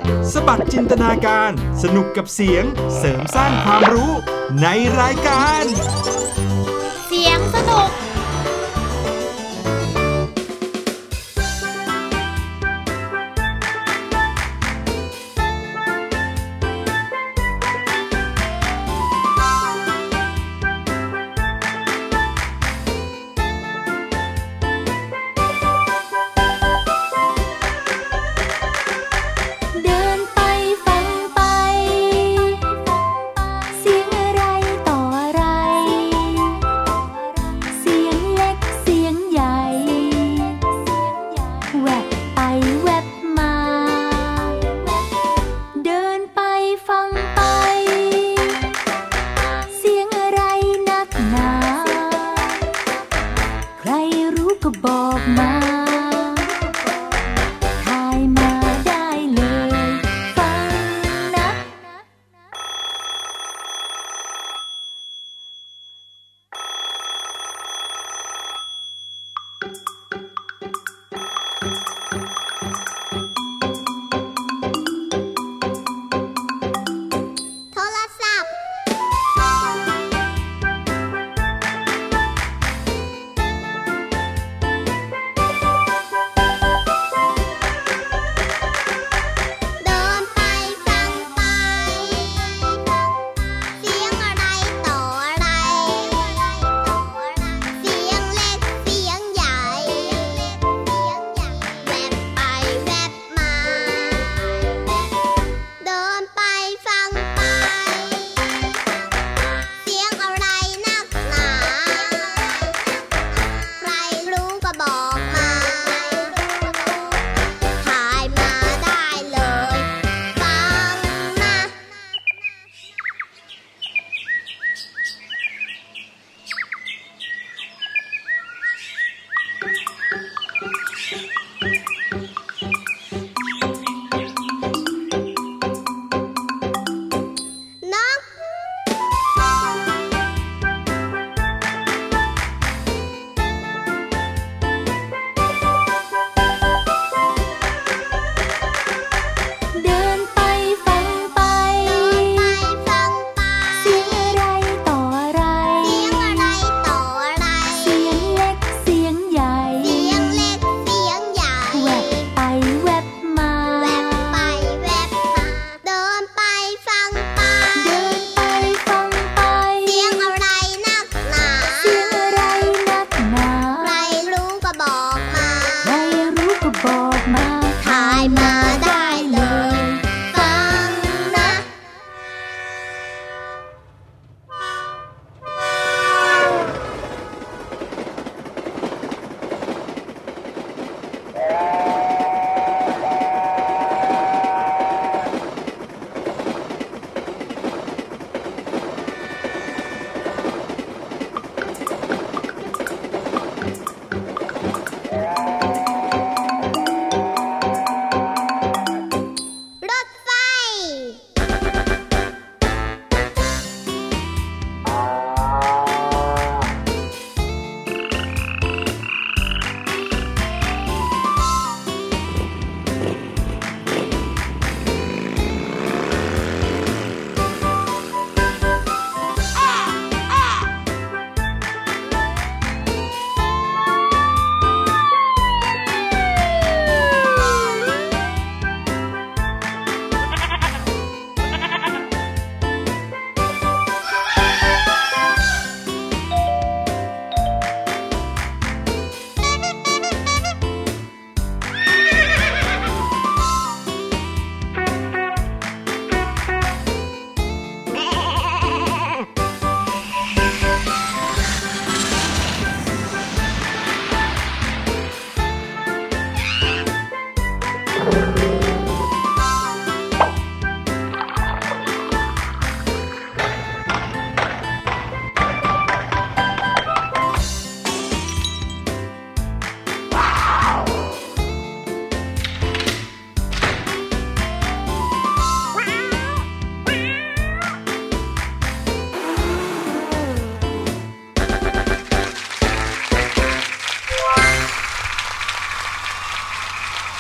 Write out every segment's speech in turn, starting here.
สบัดจินตนาการสนุกกับเสียงเสริมสร้างความรู้ในรายการเสียงสนุก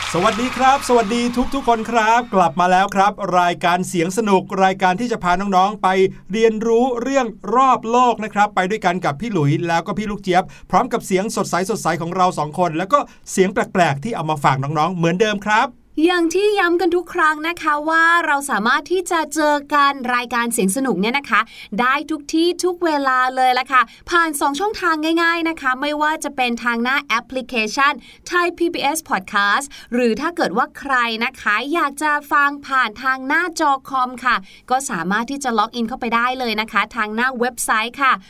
สวัสดีครับสวัสดีทุกคนครับกลับมาแล้วครับรายการเสียงสนุกรายการที่จะพาน้องๆไปเรียนรู้เรื่องรอบโลกนะครับไปด้วยกันกับพี่หลุยแล้วก็พี่ลูกเจี๊ยบพร้อมกับเสียงสดใสของเรา2คนแล้วก็เสียงแปลกๆที่เอามาฝากน้องๆเหมือนเดิมครับอย่างที่ย้ำกันทุกครั้งนะคะว่าเราสามารถที่จะเจอกันรายการเสียงสนุกเนี่ยนะคะได้ทุกที่ทุกเวลาเลยละค่ะผ่าน2ช่องทางง่ายๆนะคะไม่ว่าจะเป็นทางหน้าแอปพลิเคชัน Thai PBS Podcast หรือถ้าเกิดว่าใครนะคะอยากจะฟังผ่านทางหน้าจอคอมค่ะก็สามารถที่จะล็อกอินเข้าไปได้เลยนะคะทางหน้าเว็บไซต์ค่ะ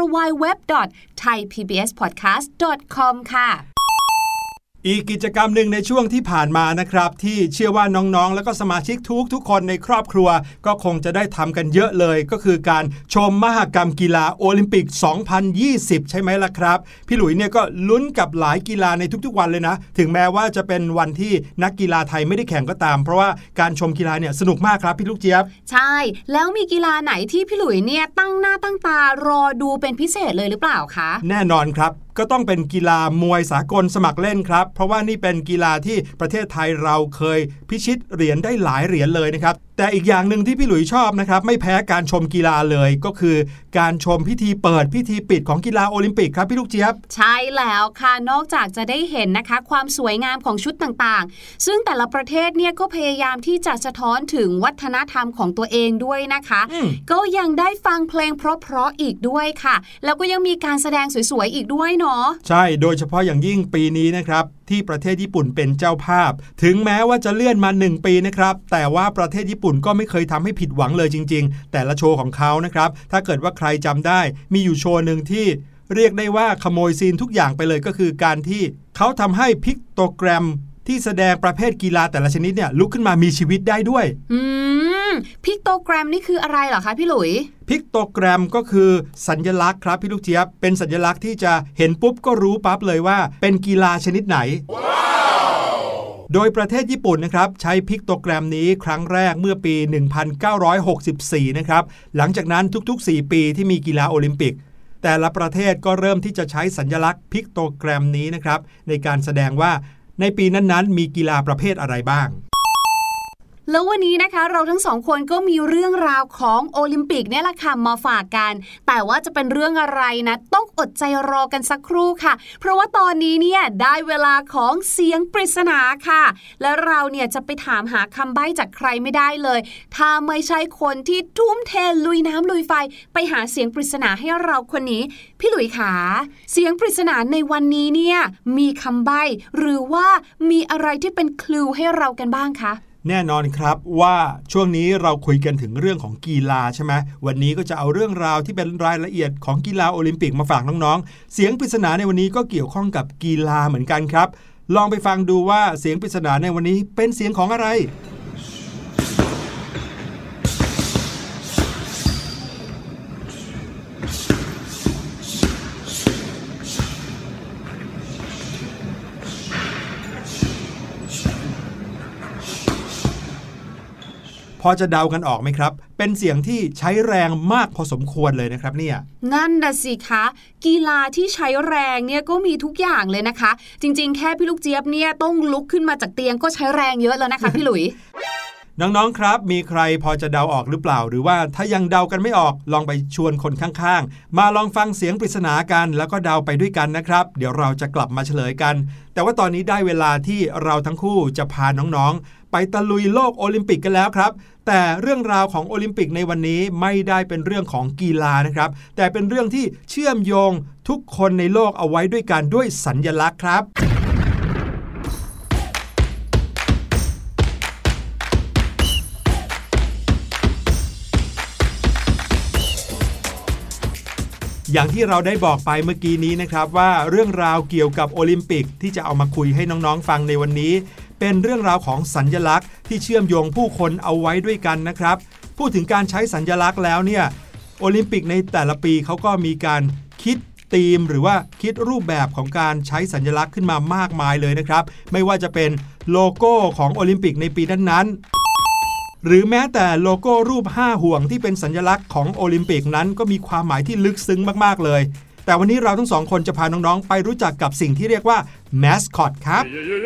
www.thaipbspodcast.com ค่ะอีกกิจกรรมหนึ่งในช่วงที่ผ่านมานะครับที่เชื่อว่าน้องๆแล้วก็สมาชิกทุกคนในครอบครัวก็คงจะได้ทำกันเยอะเลยก็คือการชมมหกรรมกีฬาโอลิมปิก 2020 ใช่ไหมล่ะครับพี่หลุยเนี่ยก็ลุ้นกับหลายกีฬาในทุกๆวันเลยนะถึงแม้ว่าจะเป็นวันที่นักกีฬาไทยไม่ได้แข่งก็ตามเพราะว่าการชมกีฬาเนี่ยสนุกมากครับพี่ลูกเจี๊ยบใช่แล้วมีกีฬาไหนที่พี่หลุยเนี่ยตั้งหน้าตั้งตารอดูเป็นพิเศษเลยหรือเปล่าคะแน่นอนครับก็ต้องเป็นกีฬามวยสากลสมัครเล่นครับเพราะว่านี่เป็นกีฬาที่ประเทศไทยเราเคยพิชิตเหรียญได้หลายเหรียญเลยนะครับแต่อีกอย่างหนึ่งที่พี่หลุยชอบนะครับไม่แพ้การชมกีฬาเลยก็คือการชมพิธีเปิดพิธีปิดของกีฬาโอลิมปิกครับพี่ลูกเจี๊ยบใช่แล้วค่ะนอกจากจะได้เห็นนะคะความสวยงามของชุดต่างๆซึ่งแต่ละประเทศเนี่ยก็พยายามที่จะสะท้อนถึงวัฒนธรรมของตัวเองด้วยนะคะก็ยังได้ฟังเพลงเพราะๆอีกด้วยค่ะแล้วก็ยังมีการแสดงสวยๆอีกด้วยเนาะใช่โดยเฉพาะอย่างยิ่งปีนี้นะครับที่ประเทศญี่ปุ่นเป็นเจ้าภาพถึงแม้ว่าจะเลื่อนมา1ปีนะครับแต่ว่าประเทศญี่ปุ่นก็ไม่เคยทำให้ผิดหวังเลยจริงๆแต่ละโชว์ของเขานะครับถ้าเกิดว่าใครจำได้มีอยู่โชว์นึงที่เรียกได้ว่าขโมยซีนทุกอย่างไปเลยก็คือการที่เขาทำให้พิกโตแกรมที่แสดงประเภทกีฬาแต่ละชนิดเนี่ยลุกขึ้นมามีชีวิตได้ด้วยพิกโตแกรมนี่คืออะไรเหรอคะพี่หลุยพิกโตแกรมก็คือสัญลักษณ์ครับพี่ลูกเจี๊ยบเป็นสัญลักษณ์ที่จะเห็นปุ๊บก็รู้ปั๊บเลยว่าเป็นกีฬาชนิดไหน โดยประเทศญี่ปุ่นนะครับใช้พิกโตแกรมนี้ครั้งแรกเมื่อปี 1964 นะครับหลังจากนั้นทุกๆ4ปีที่มีกีฬาโอลิมปิกแต่ละประเทศก็เริ่มที่จะใช้สัญลักษณ์พิกโตแกรมนี้นะครับในการแสดงว่าในปีนั้นๆมีกีฬาประเภทอะไรบ้างแล้ววันนี้นะคะเราทั้งสองคนก็มีเรื่องราวของโอลิมปิกเนี่ยแหละค่ะมาฝากกันแต่ว่าจะเป็นเรื่องอะไรนะต้องอดใจรอกันสักครู่ค่ะเพราะว่าตอนนี้เนี่ยได้เวลาของเสียงปริศนาค่ะและเราเนี่ยจะไปถามหาคำใบ้จากใครไม่ได้เลยถ้าไม่ใช่คนที่ทุ่มเทลุยน้ำลุยไฟไปหาเสียงปริศนาให้เราคนนี้พี่หลุยขาเสียงปริศนาในวันนี้เนี่ยมีคำใบ้หรือว่ามีอะไรที่เป็นคลูให้เรากันบ้างคะแน่นอนครับว่าช่วงนี้เราคุยกันถึงเรื่องของกีฬาใช่ไหมวันนี้ก็จะเอาเรื่องราวที่เป็นรายละเอียดของกีฬาโอลิมปิกมาฝากน้องๆเสียงปริศนาในวันนี้ก็เกี่ยวข้องกับกีฬาเหมือนกันครับลองไปฟังดูว่าเสียงปริศนาในวันนี้เป็นเสียงของอะไรพอจะเดากันออกไหมครับเป็นเสียงที่ใช้แรงมากพอสมควรเลยนะครับเนี่ยนั่นน่ะสิคะกีฬาที่ใช้แรงเนี่ยก็มีทุกอย่างเลยนะคะจริงๆแค่พี่ลูกเจี๊ยบเนี่ยต้องลุกขึ้นมาจากเตียงก็ใช้แรงเยอะแล้วนะคะพี่หลุยน้องๆครับมีใครพอจะเดาออกหรือเปล่าหรือว่าถ้ายังเดากันไม่ออกลองไปชวนคนข้างๆมาลองฟังเสียงปริศนากันแล้วก็เดาไปด้วยกันนะครับเดี๋ยวเราจะกลับมาเฉลยกันแต่ว่าตอนนี้ได้เวลาที่เราทั้งคู่จะพาน้องๆไปตะลุยโลกโอลิมปิกกันแล้วครับแต่เรื่องราวของโอลิมปิกในวันนี้ไม่ได้เป็นเรื่องของกีฬานะครับแต่เป็นเรื่องที่เชื่อมโยงทุกคนในโลกเอาไว้ด้วยกันด้วยสัญลักษณ์ครับอย่างที่เราได้บอกไปเมื่อกี้นี้นะครับว่าเรื่องราวเกี่ยวกับโอลิมปิกที่จะเอามาคุยให้น้องๆฟังในวันนี้เป็นเรื่องราวของสัญลักษณ์ที่เชื่อมโยงผู้คนเอาไว้ด้วยกันนะครับพูดถึงการใช้สัญลักษณ์แล้วเนี่ยโอลิมปิกในแต่ละปีเขาก็มีการคิดธีมหรือว่าคิดรูปแบบของการใช้สัญลักษณ์ขึ้นมามากมายเลยนะครับไม่ว่าจะเป็นโลโก้ของโอลิมปิกในปีนั้นๆหรือแม้แต่โลโก้รูป5ห่วงที่เป็นสัญลักษณ์ของโอลิมปิกนั้นก็มีความหมายที่ลึกซึ้งมากๆเลยแต่วันนี้เราทั้งสองคนจะพาน้องๆไปรู้จักกับสิ่งที่เรียกว่าแมสคอตครับ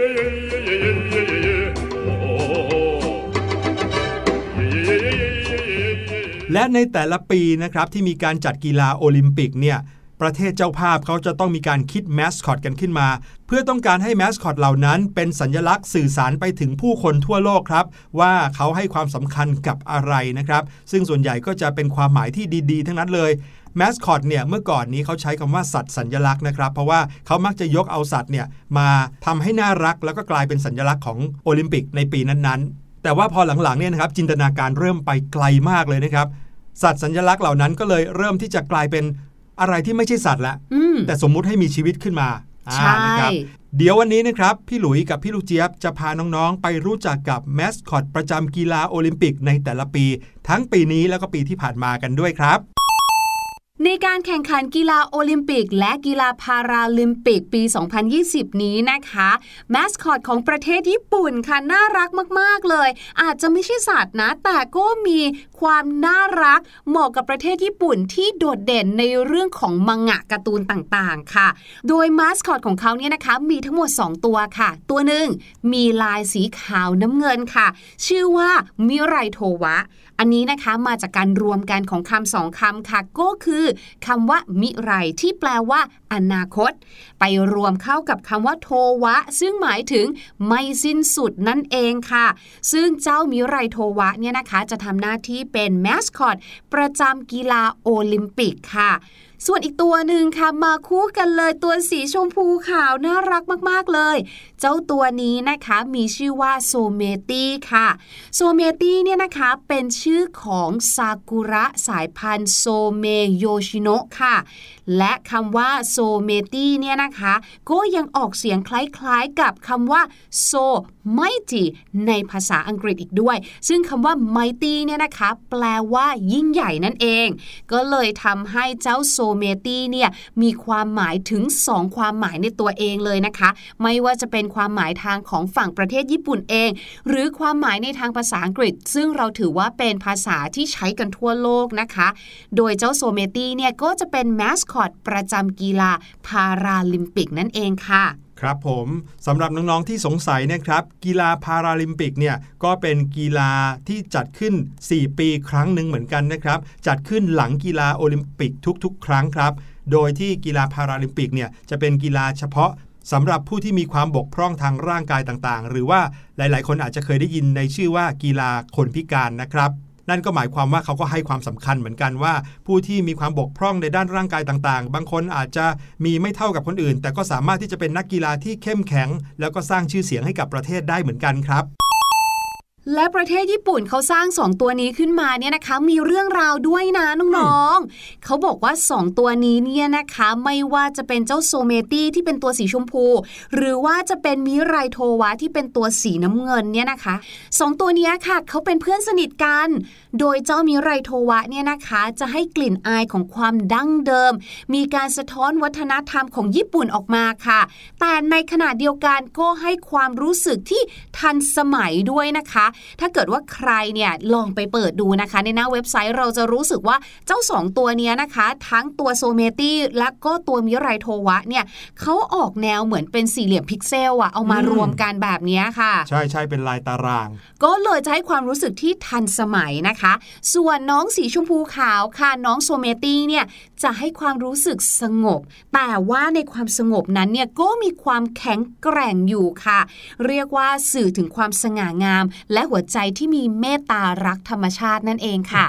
และในแต่ละปีนะครับที่มีการจัดกีฬาโอลิมปิกเนี่ยประเทศเจ้าภาพเขาจะต้องมีการคิดแมสคอตกันขึ้นมาเพื่อต้องการให้แมสคอตเหล่านั้นเป็นสัญลักษณ์สื่อสารไปถึงผู้คนทั่วโลกครับว่าเขาให้ความสำคัญกับอะไรนะครับซึ่งส่วนใหญ่ก็จะเป็นความหมายที่ดีๆทั้งนั้นเลยแมสคอตเนี่ยเมื่อก่อนนี้เขาใช้คำว่าสัตว์สัญลักษณ์นะครับเพราะว่าเขามักจะยกเอาสัตว์เนี่ยมาทำให้น่ารักแล้วก็กลายเป็นสัญลักษณ์ของโอลิมปิกในปีนั้นๆแต่ว่าพอหลังๆเนี่ยนะครับจินตนาการเริ่มไปไกลมากเลยนะครับสัตว์สัญลักษณ์เหล่านั้นก็เลยเริ่มที่จะกลายเป็นอะไรที่ไม่ใช่สัตว์ละแต่สมมุติให้มีชีวิตขึ้นมานะครับเดี๋ยววันนี้นะครับพี่หลุยส์กับพี่ลูกเจี๊ยบจะพาน้องๆไปรู้จักกับแมสคอตประจำกีฬาโอลิมปิกในแต่ละปีทั้งปีนี้แล้วก็ปีที่ผ่านมากันด้วยครับในการแข่งขันกีฬาโอลิมปิกและกีฬาพาราลิมปิกปี 2020 นี้นะคะแมสคอตของประเทศญี่ปุ่นค่ะน่ารักมากๆเลยอาจจะไม่ใช่สัตว์นะแต่ก็มีความน่ารักเหมาะกับประเทศญี่ปุ่นที่โดดเด่นในเรื่องของมังงะการ์ตูนต่างๆค่ะโดยมาสคอตของเขาเนี่ยนะคะมีทั้งหมด2ตัวค่ะตัวหนึ่งมีลายสีขาวน้ำเงินค่ะชื่อว่ามิไรโทวะอันนี้นะคะมาจากการรวมกันของคำ2คำค่ะก็คือคำว่ามิไรที่แปลว่าอนาคตไปรวมเข้ากับคำว่าโทวะซึ่งหมายถึงไม่สิ้นสุดนั่นเองค่ะซึ่งเจ้ามิไรโทวะเนี่ยนะคะจะทำหน้าที่เป็นแมสคอตประจำกีฬาโอลิมปิกค่ะส่วนอีกตัวหนึ่งค่ะมาคู่กันเลยตัวสีชมพูขาวน่ารักมากๆเลยเจ้าตัวนี้นะคะมีชื่อว่าโซเมตี้ค่ะโซเมตี้เนี่ยนะคะเป็นชื่อของซากุระสายพันธุ์โซเมโยชิโนะค่ะและคำว่าโซเมตี้เนี่ยนะคะก็ยังออกเสียงคล้ายๆกับคำว่าโซไมตี้ในภาษาอังกฤษอีกด้วยซึ่งคำว่า mighty เนี่ยนะคะแปลว่ายิ่งใหญ่นั่นเองก็เลยทำให้เจ้าโซเมตี้เนี่ยมีความหมายถึง2ความหมายในตัวเองเลยนะคะไม่ว่าจะเป็นความหมายทางของฝั่งประเทศญี่ปุ่นเองหรือความหมายในทางภาษาอังกฤษซึ่งเราถือว่าเป็นภาษาที่ใช้กันทั่วโลกนะคะโดยเจ้าโซเมตี้เนี่ยก็จะเป็นแมสคอตประจำกีฬาพาราลิมปิกนั่นเองค่ะครับผมสำหรับน้องๆที่สงสัยนะครับกีฬาพาราลิมปิกเนี่ยก็เป็นกีฬาที่จัดขึ้น4ปีครั้งหนึ่งเหมือนกันนะครับจัดขึ้นหลังกีฬาโอลิมปิกทุกๆครั้งครับโดยที่กีฬาพาราลิมปิกเนี่ยจะเป็นกีฬาเฉพาะสำหรับผู้ที่มีความบกพร่องทางร่างกายต่างๆหรือว่าหลายๆคนอาจจะเคยได้ยินในชื่อว่ากีฬาคนพิการนะครับนั่นก็หมายความว่าเขาก็ให้ความสำคัญเหมือนกันว่าผู้ที่มีความบกพร่องในด้านร่างกายต่างๆบางคนอาจจะมีไม่เท่ากับคนอื่นแต่ก็สามารถที่จะเป็นนักกีฬาที่เข้มแข็งแล้วก็สร้างชื่อเสียงให้กับประเทศได้เหมือนกันครับและประเทศญี่ปุ่นเขาสร้าง2ตัวนี้ขึ้นมาเนี่ยนะคะมีเรื่องราวด้วยนะน้องๆเขาบอกว่า2ตัวนี้เนี่ยนะคะไม่ว่าจะเป็นเจ้าโซเมตี้ที่เป็นตัวสีชมพูหรือว่าจะเป็นมิไรโทวะที่เป็นตัวสีน้ำเงินเนี่ยนะคะ2ตัวนี้ค่ะเขาเป็นเพื่อนสนิทกันโดยเจ้ามิไรโทวะเนี่ยนะคะจะให้กลิ่นอายของความดั้งเดิมมีการสะท้อนวัฒนธรรมของญี่ปุ่นออกมาค่ะแต่ในขณะเดียวกันก็ให้ความรู้สึกที่ทันสมัยด้วยนะคะถ้าเกิดว่าใครเนี่ยลองไปเปิดดูนะคะในหน้าเว็บไซต์เราจะรู้สึกว่าเจ้า2ตัวนี้นะคะทั้งตัวโซเมตี้และก็ตัวมิไรโทวะเนี่ยเขาออกแนวเหมือนเป็นสี่เหลี่ยมพิกเซลอะเอามารวมกันแบบนี้ค่ะใช่ๆเป็นลายตารางก็เลยจะให้ความรู้สึกที่ทันสมัยนะคะส่วนน้องสีชมพูขาวค่ะน้องโซเมตี้เนี่ยจะให้ความรู้สึกสงบแต่ว่าในความสงบนั้นเนี่ยก็มีความแข็งแกร่งอยู่ค่ะเรียกว่าสื่อถึงความสง่างามและหัวใจที่มีเมตตารักธรรมชาตินั่นเองค่ะ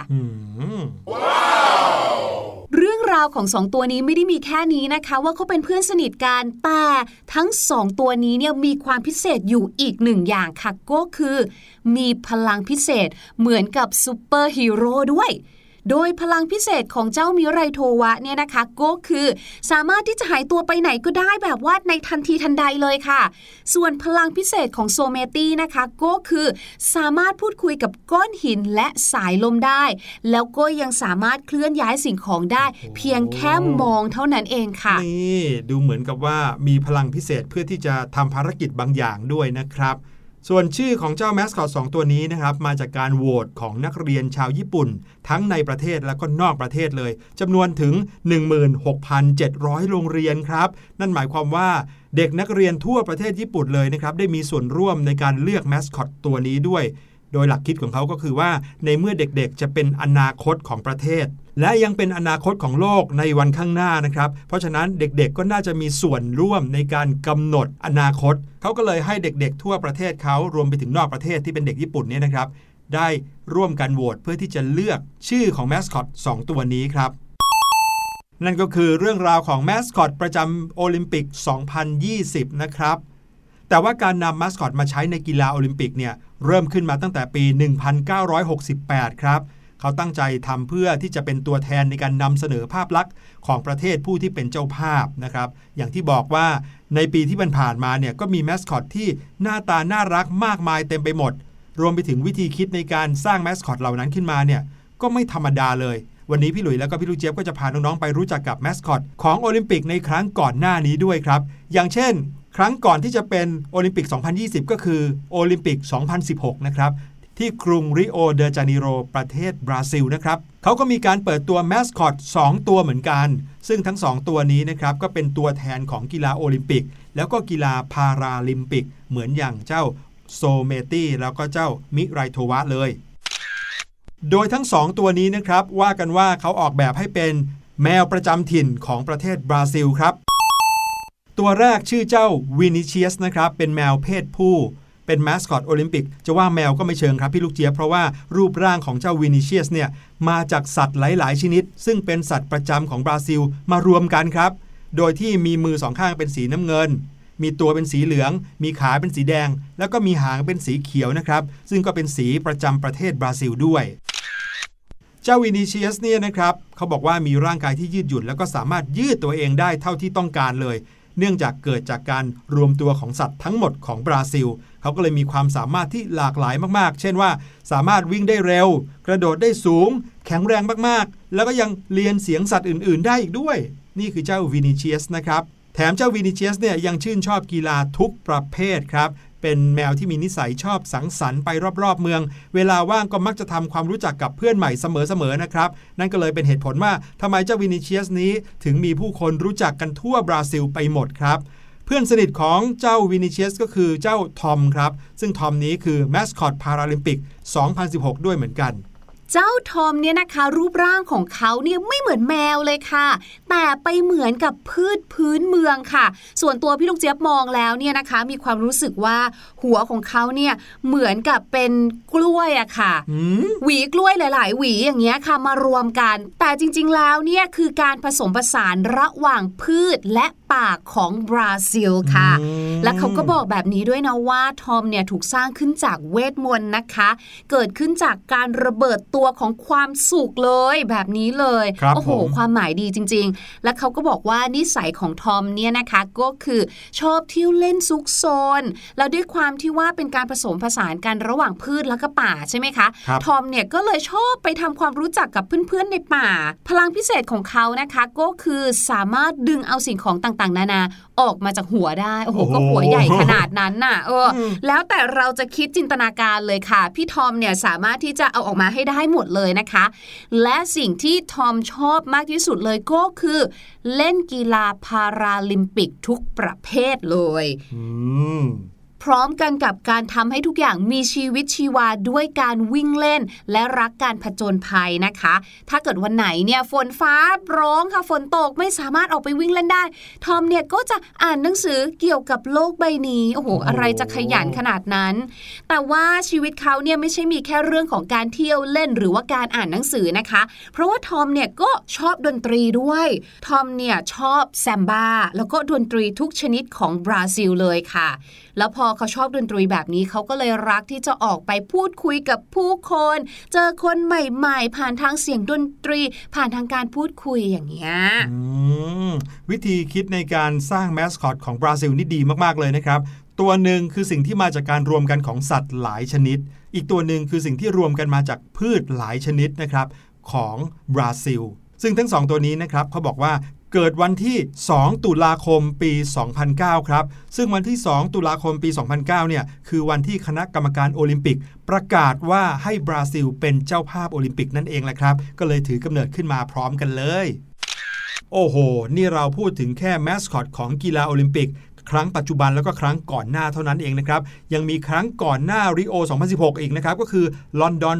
เรื่องราวของ2ตัวนี้ไม่ได้มีแค่นี้นะคะว่าเขาเป็นเพื่อนสนิทกันแต่ทั้ง2ตัวนี้เนี่ยมีความพิเศษอยู่อีก1อย่างค่ะก็คือมีพลังพิเศษเหมือนกับซูเปอร์ฮีโร่ด้วยโดยพลังพิเศษของเจ้ามิไรโทวะเนี่ยนะคะก็คือสามารถที่จะหายตัวไปไหนก็ได้แบบว่าในทันทีทันใดเลยค่ะส่วนพลังพิเศษของโซเมตี้นะคะก็คือสามารถพูดคุยกับก้อนหินและสายลมได้แล้วก็ยังสามารถเคลื่อนย้ายสิ่งของได้เพียงแค่มองเท่านั้นเองค่ะนี่ดูเหมือนกับว่ามีพลังพิเศษเพื่อที่จะทำภารกิจบางอย่างด้วยนะครับส่วนชื่อของเจ้าแมสคอต2ตัวนี้นะครับมาจากการโหวตของนักเรียนชาวญี่ปุ่นทั้งในประเทศและก็นอกประเทศเลยจำนวนถึง 16,700 โรงเรียนครับนั่นหมายความว่าเด็กนักเรียนทั่วประเทศญี่ปุ่นเลยนะครับได้มีส่วนร่วมในการเลือกแมสคอตตัวนี้ด้วยโดยหลักคิดของเขาก็คือว่าในเมื่อเด็กๆจะเป็นอนาคตของประเทศและยังเป็นอนาคตของโลกในวันข้างหน้านะครับเพราะฉะนั้นเด็กๆก็น่าจะมีส่วนร่วมในการกำหนดอนาคตเขาก็เลยให้เด็กๆทั่วประเทศเขารวมไปถึงนอกประเทศที่เป็นเด็กญี่ปุ่นเนี่ยนะครับได้ร่วมกันโหวตเพื่อที่จะเลือกชื่อของแมสคอต2ตัวนี้ครับนั่นก็คือเรื่องราวของแมสคอตประจำโอลิมปิก 2020 นะครับแต่ว่าการนำมาสคอตมาใช้ในกีฬาโอลิมปิกเนี่ยเริ่มขึ้นมาตั้งแต่ปี 1968 ครับเขาตั้งใจทำเพื่อที่จะเป็นตัวแทนในการนำเสนอภาพลักษณ์ของประเทศผู้ที่เป็นเจ้าภาพนะครับอย่างที่บอกว่าในปีที่ผ่านมาเนี่ยก็มีมาสคอตที่หน้าตาน่ารักมากมายเต็มไปหมดรวมไปถึงวิธีคิดในการสร้างมาสคอตเหล่านั้นขึ้นมาเนี่ยก็ไม่ธรรมดาเลยวันนี้พี่หลุยแล้วก็พี่ลูกเจี๊ยบก็จะพาน้องๆไปรู้จักกับมาสคอตของโอลิมปิกในครั้งก่อนหน้านี้ด้วยครับอย่างเช่นครั้งก่อนที่จะเป็นโอลิมปิก 2020 ก็คือโอลิมปิก 2016 นะครับที่กรุงริโอเดจาเนโรประเทศบราซิลนะครับเขาก็มีการเปิดตัวมาสคอต2ตัวเหมือนกันซึ่งทั้ง2ตัวนี้นะครับก็เป็นตัวแทนของกีฬาโอลิมปิกแล้วก็กีฬาพาราลิมปิกเหมือนอย่างเจ้าโซเมตี้แล้วก็เจ้ามิไรโทวะเลยโดยทั้ง2ตัวนี้นะครับว่ากันว่าเขาออกแบบให้เป็นแมวประจำถิ่นของประเทศบราซิลครับตัวแรกชื่อเจ้าวินิเชียสนะครับเป็นแมวเพศผู้เป็นมาสคอตโอลิมปิกจะว่าแมวก็ไม่เชิงครับพี่ลูกเจี๊ยบเพราะว่ารูปร่างของเจ้าวินิเชียสเนี่ยมาจากสัตว์หลายๆชนิดซึ่งเป็นสัตว์ประจำของบราซิลมารวมกันครับโดยที่มีมือ2ข้างเป็นสีน้ำเงินมีตัวเป็นสีเหลืองมีขาเป็นสีแดงแล้วก็มีหางเป็นสีเขียวนะครับซึ่งก็เป็นสีประจำประเทศบราซิลด้วยเจ้าวินิเชียสเนี่ยนะครับเขาบอกว่ามีร่างกายที่ยืดหยุ่นแล้วก็สามารถยืดตัวเองได้เท่าที่ต้องการเลยเนื่องจากเกิดจากการรวมตัวของสัตว์ทั้งหมดของบราซิลเขาก็เลยมีความสามารถที่หลากหลายมากๆเช่นว่าสามารถวิ่งได้เร็วกระโดดได้สูงแข็งแรงมากๆแล้วก็ยังเรียนเสียงสัตว์อื่นๆได้อีกด้วยนี่คือเจ้าวินิเชียสนะครับแถมเจ้าวินิเชียสเนี่ยยังชื่นชอบกีฬาทุกประเภทครับเป็นแมวที่มีนิสัยชอบสังสรรค์ไปรอบๆเมืองเวลาว่างก็มักจะทำความรู้จักกับเพื่อนใหม่เสมอๆนะครับนั่นก็เลยเป็นเหตุผลว่าทำไมเจ้าวินิเชียสนี้ถึงมีผู้คนรู้จักกันทั่วบราซิลไปหมดครับเพื่อนสนิทของเจ้าวินิเชียสก็คือเจ้าทอมครับซึ่งทอมนี้คือแมสคอตพาราลิมปิก 2016 ด้วยเหมือนกันเจ้าทอมเนี่ยนะคะรูปร่างของเขาเนี่ยไม่เหมือนแมวเลยค่ะแต่ไปเหมือนกับพืชพื้นเมืองค่ะส่วนตัวพี่ลูกเจี๊ยบมองแล้วเนี่ยนะคะมีความรู้สึกว่าหัวของเขาเนี่ยเหมือนกับเป็นกล้วยอะค่ะหวีกล้วยหลายๆหวีอย่างเงี้ยค่ะมารวมกันแต่จริงๆแล้วเนี่ยคือการผสมผสานระหว่างพืชและป่าของบราซิลค่ะและเขาก็บอกแบบนี้ด้วยนะว่าทอมเนี่ยถูกสร้างขึ้นจากเวทมนต์นะคะเกิดขึ้นจากการระเบิดตัวของความสุขเลยแบบนี้เลยโอ้โหความหมายดีจริงๆและเขาก็บอกว่านิสัยของทอมเนี่ยนะคะก็คือชอบเที่ยวเล่นซุกซนแล้วด้วยความที่ว่าเป็นการผสมผสานกันระหว่างพืชแล้วก็ป่าใช่ไหมคะทอมเนี่ยก็เลยชอบไปทำความรู้จักกับเพื่อนๆในป่าพลังพิเศษของเขานะคะก็คือสามารถดึงเอาสิ่งของต่างๆนานาออกมาจากหัวได้โอ้โหก็หัวใหญ่ขนาดนั้นน่ะแล้วแต่เราจะคิดจินตนาการเลยค่ะพี่ทอมเนี่ยสามารถที่จะเอาออกมาให้ได้หมดเลยนะคะและสิ่งที่ทอมชอบมากที่สุดเลยก็คือเล่นกีฬาพาราลิมปิกทุกประเภทเลยพร้อมกันกับการทำให้ทุกอย่างมีชีวิตชีวาด้วยการวิ่งเล่นและรักการผจญภัยนะคะถ้าเกิดวันไหนเนี่ยฝนฟ้าร้องค่ะฝนตกไม่สามารถออกไปวิ่งเล่นได้ทอมเนี่ยก็จะอ่านหนังสือเกี่ยวกับโลกใบนี้โอ้โหอะไรจะขยันขนาดนั้นแต่ว่าชีวิตเขาเนี่ยไม่ใช่มีแค่เรื่องของการเที่ยวเล่นหรือว่าการอ่านหนังสือนะคะเพราะว่าทอมเนี่ยก็ชอบดนตรีด้วยทอมเนี่ยชอบแซมบ้าแล้วก็ดนตรีทุกชนิดของบราซิลเลยค่ะแล้วพอเขาชอบดนตรีแบบนี้เขาก็เลยรักที่จะออกไปพูดคุยกับผู้คนเจอคนใหม่ๆผ่านทางเสียงดนตรีผ่านทางการพูดคุยอย่างเงี้ยวิธีคิดในการสร้างแมสคอตของบราซิลนี่ดีมากๆเลยนะครับตัวหนึ่งคือสิ่งที่มาจากการรวมกันของสัตว์หลายชนิดอีกตัวหนึ่งคือสิ่งที่รวมกันมาจากพืชหลายชนิดนะครับของบราซิลซึ่งทั้งสองตัวนี้นะครับเขาบอกว่าเกิดวันที่2ตุลาคมปี2009ครับซึ่งวันที่2ตุลาคมปี2009เนี่ยคือวันที่คณะกรรมการโอลิมปิกประกาศว่าให้บราซิลเป็นเจ้าภาพโอลิมปิกนั่นเองแหละครับก็เลยถือกำเนิดขึ้นมาพร้อมกันเลยโอ้โหนี่เราพูดถึงแค่แมสคอตของกีฬาโอลิมปิกครั้งปัจจุบันแล้วก็ครั้งก่อนหน้าเท่านั้นเองนะครับยังมีครั้งก่อนหน้าริโอ2016อีกนะครับก็คือลอนดอน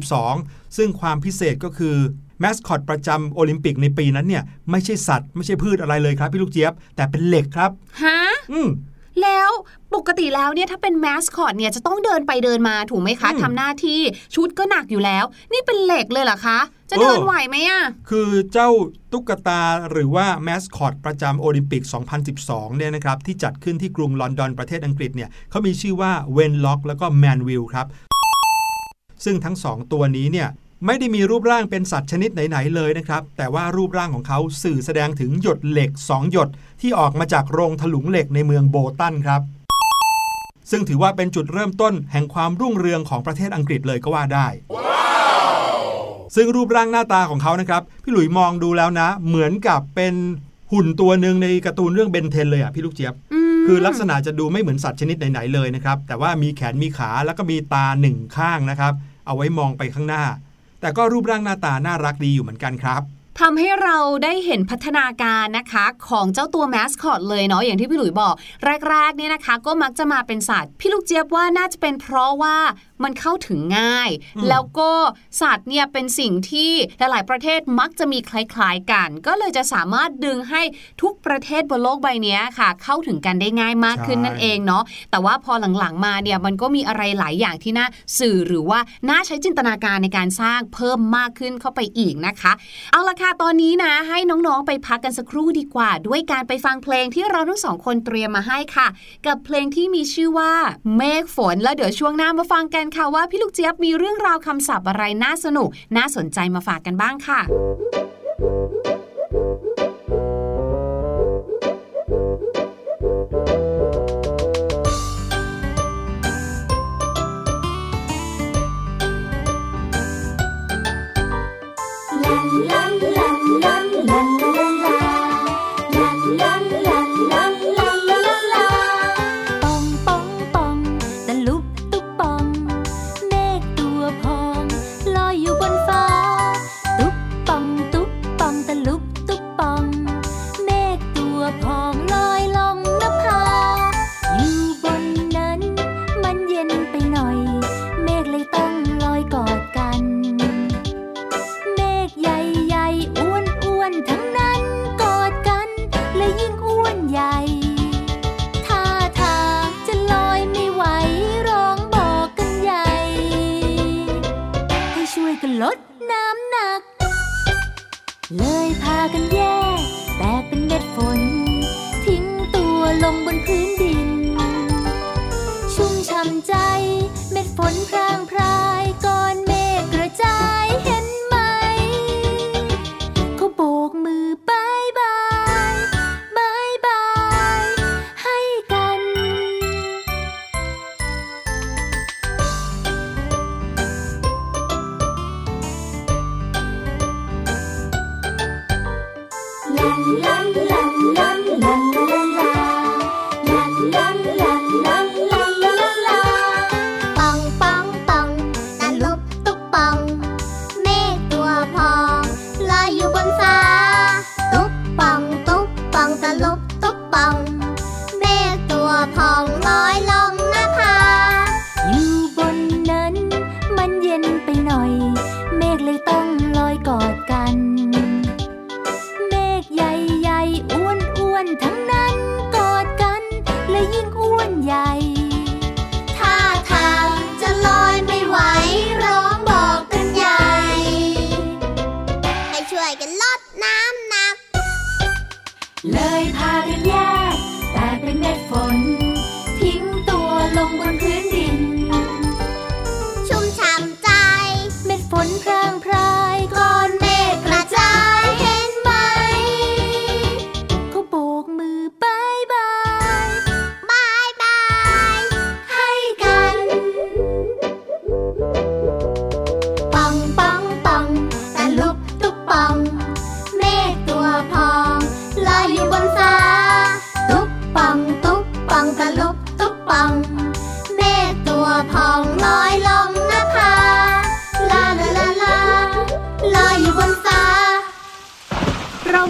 2012ซึ่งความพิเศษก็คือแมสคอตประจำโอลิมปิกในปีนั้นเนี่ยไม่ใช่สัตว์ไม่ใช่พืชอะไรเลยครับพี่ลูกเจี๊ยบแต่เป็นเหล็กครับฮะแล้วปกติแล้วเนี่ยถ้าเป็นแมสคอตเนี่ยจะต้องเดินไปเดินมาถูกไหมคะทำหน้าที่ชุดก็หนักอยู่แล้วนี่เป็นเหล็กเลยเหรอคะจะเดินไหวไหมอ่ะคือเจ้าตุ๊กตาหรือว่าแมสคอตประจำโอลิมปิก2012เนี่ยนะครับที่จัดขึ้นที่กรุงลอนดอนประเทศอังกฤษเนี่ยเขามีชื่อว่าเวนล็อกแล้วก็แมนวิลครับซึ่งทั้ง2ตัวนี้เนี่ยไม่ได้มีรูปร่างเป็นสัตว์ชนิดไหนๆเลยนะครับแต่ว่ารูปร่างของเขาสื่อแสดงถึงหยดเหล็ก2หยดที่ออกมาจากโรงถลุงเหล็กในเมืองโบตันครับซึ่งถือว่าเป็นจุดเริ่มต้นแห่งความรุ่งเรืองของประเทศอังกฤษเลยก็ว่าได้ ซึ่งรูปร่างหน้าตาของเขานะครับพี่หลุยมองดูแล้วนะเหมือนกับเป็นหุ่นตัวนึงในการ์ตูนเรื่องเบนเทนเลยอ่ะพี่ลูกเจี๊ยบคือลักษณะจะดูไม่เหมือนสัตว์ชนิดไหนๆเลยนะครับแต่ว่ามีแขนมีขาแล้วก็มีตาหนึ่งข้างนะครับเอาไว้มองไปข้างหน้าแต่ก็รูปร่างหน้าตาน่ารักดีอยู่เหมือนกันครับทำให้เราได้เห็นพัฒนาการนะคะของเจ้าตัวแมสคอตเลยเนาะอย่างที่พี่หลุยบอกแรกๆเนี่ยนะคะก็มักจะมาเป็นสัตว์พี่ลูกเจี๊ยบว่าน่าจะเป็นเพราะว่ามันเข้าถึงง่ายแล้วก็สัตว์เนี่ยเป็นสิ่งที่หลายๆประเทศมักจะมีคล้ายๆกันก็เลยจะสามารถดึงให้ทุกประเทศบนโลกใบนี้ค่ะเข้าถึงกันได้ง่ายมากขึ้นนั่นเองเนาะแต่ว่าพอหลังๆมาเนี่ยมันก็มีอะไรหลายอย่างที่น่าสื่อหรือว่าน่าใช้จินตนาการในการสร้างเพิ่มมากขึ้นเข้าไปอีกนะคะเอาล่ะค่ะตอนนี้นะให้น้องๆไปพักกันสักครู่ดีกว่าด้วยการไปฟังเพลงที่เราทั้งสองคนเตรียมมาให้ค่ะกับเพลงที่มีชื่อว่าเมฆฝนแล้วเดี๋ยวช่วงหน้ามาฟังกันค่ะว่าพี่ลูกเจี๊ยบมีเรื่องราวคำศัพท์อะไรน่าสนุกน่าสนใจมาฝากกันบ้างค่ะเลยพากันแยกแตกเป็นเม็ดฝนทิ้งตัวลงบนพื้นดินชุ่มช่ำใจเม็ดฝนพรางพรายก้อนเมฆกระจายเห็นไหมเขาโบกมือบายบายบายบายให้กัน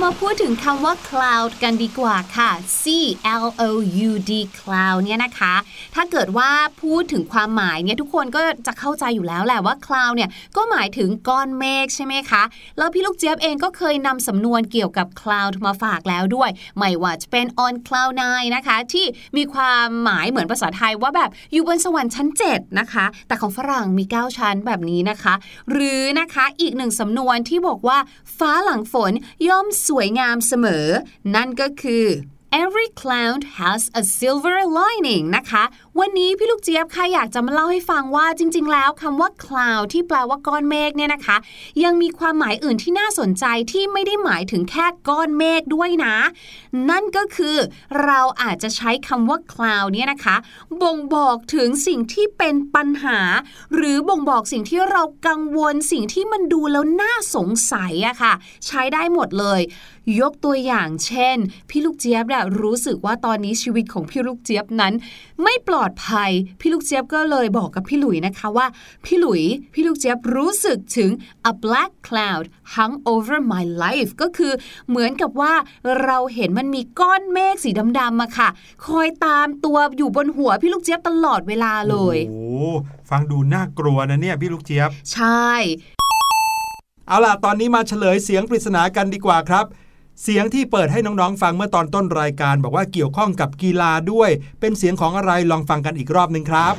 มาพูดถึงคำว่า cloud กันดีกว่าค่ะ C-L-O-U-D cloud เนี่ยนะคะถ้าเกิดว่าพูดถึงความหมายเนี่ยทุกคนก็จะเข้าใจอยู่แล้วแหละว่า cloud เนี่ยก็หมายถึงก้อนเมฆใช่ไหมคะแล้วพี่ลูกเจี๊ยบเองก็เคยนำสำนวนเกี่ยวกับ cloud มาฝากแล้วด้วยไม่ว่าจะเป็น on cloud 9 นะคะที่มีความหมายเหมือนภาษาไทยว่าแบบอยู่บนสวรรค์ชั้น7นะคะแต่ของฝรั่งมี9ชั้นแบบนี้นะคะหรือนะคะอีกหนึ่งสำนวนที่บอกว่าฟ้าหลังฝนย่อมสวยงามเสมอนั่นก็คือ Every cloud has a silver lining นะคะวันนี้พี่ลูกเจี๊ยบค่ะอยากจะมาเล่าให้ฟังว่าจริงๆแล้วคำว่า cloud ที่แปลว่าก้อนเมฆเนี่ยนะคะยังมีความหมายอื่นที่น่าสนใจที่ไม่ได้หมายถึงแค่ก้อนเมฆด้วยนะนั่นก็คือเราอาจจะใช้คำว่า cloud เนี่ยนะคะบ่งบอกถึงสิ่งที่เป็นปัญหาหรือบ่งบอกสิ่งที่เรากังวลสิ่งที่มันดูแล้วน่าสงสัยอะค่ะใช้ได้หมดเลยยกตัวอย่างเช่นพี่ลูกเจี๊ยบเนี่ยรู้สึกว่าตอนนี้ชีวิตของพี่ลูกเจี๊ยบนั้นไม่ปลอดภัยพี่ลูกเจี๊ยบก็เลยบอกกับพี่หลุยนะคะว่าพี่หลุยพี่ลูกเจี๊ยบรู้สึกถึง a black cloud hung over my life ก็คือเหมือนกับว่าเราเห็นมันมีก้อนเมฆสีดำๆอะค่ะคอยตามตัวอยู่บนหัวพี่ลูกเจี๊ยบตลอดเวลาเลยโอ้ฟังดูน่ากลัวนะเนี่ยพี่ลูกเจี๊ยบใช่เอาล่ะตอนนี้มาเฉลยเสียงปริศนากันดีกว่าครับเสียงที่เปิดให้น้องๆฟังเมื่อตอนต้นรายการบอกว่าเกี่ยวข้องกับกีฬาด้วยเป็นเสียงของอะไรลองฟังกันอีกรอบนึงครับ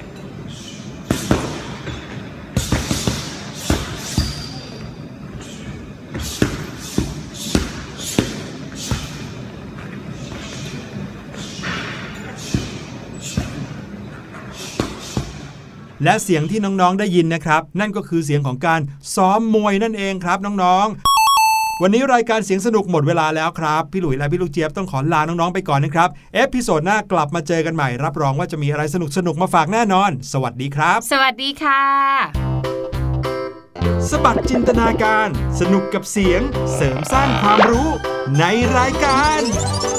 และเสียงที่น้องๆได้ยินนะครับนั่นก็คือเสียงของการซ้อมมวยนั่นเองครับน้องๆวันนี้รายการเสียงสนุกหมดเวลาแล้วครับพี่หลุยและพี่ลูกเจี๊ยบต้องขอลาน้องๆไปก่อนนะครับเอพิโซดหน้ากลับมาเจอกันใหม่รับรองว่าจะมีอะไรสนุกๆมาฝากแน่นอนสวัสดีครับสวัสดีค่ะสบัดจินตนาการสนุกกับเสียงเสริมสร้างความรู้ในรายการ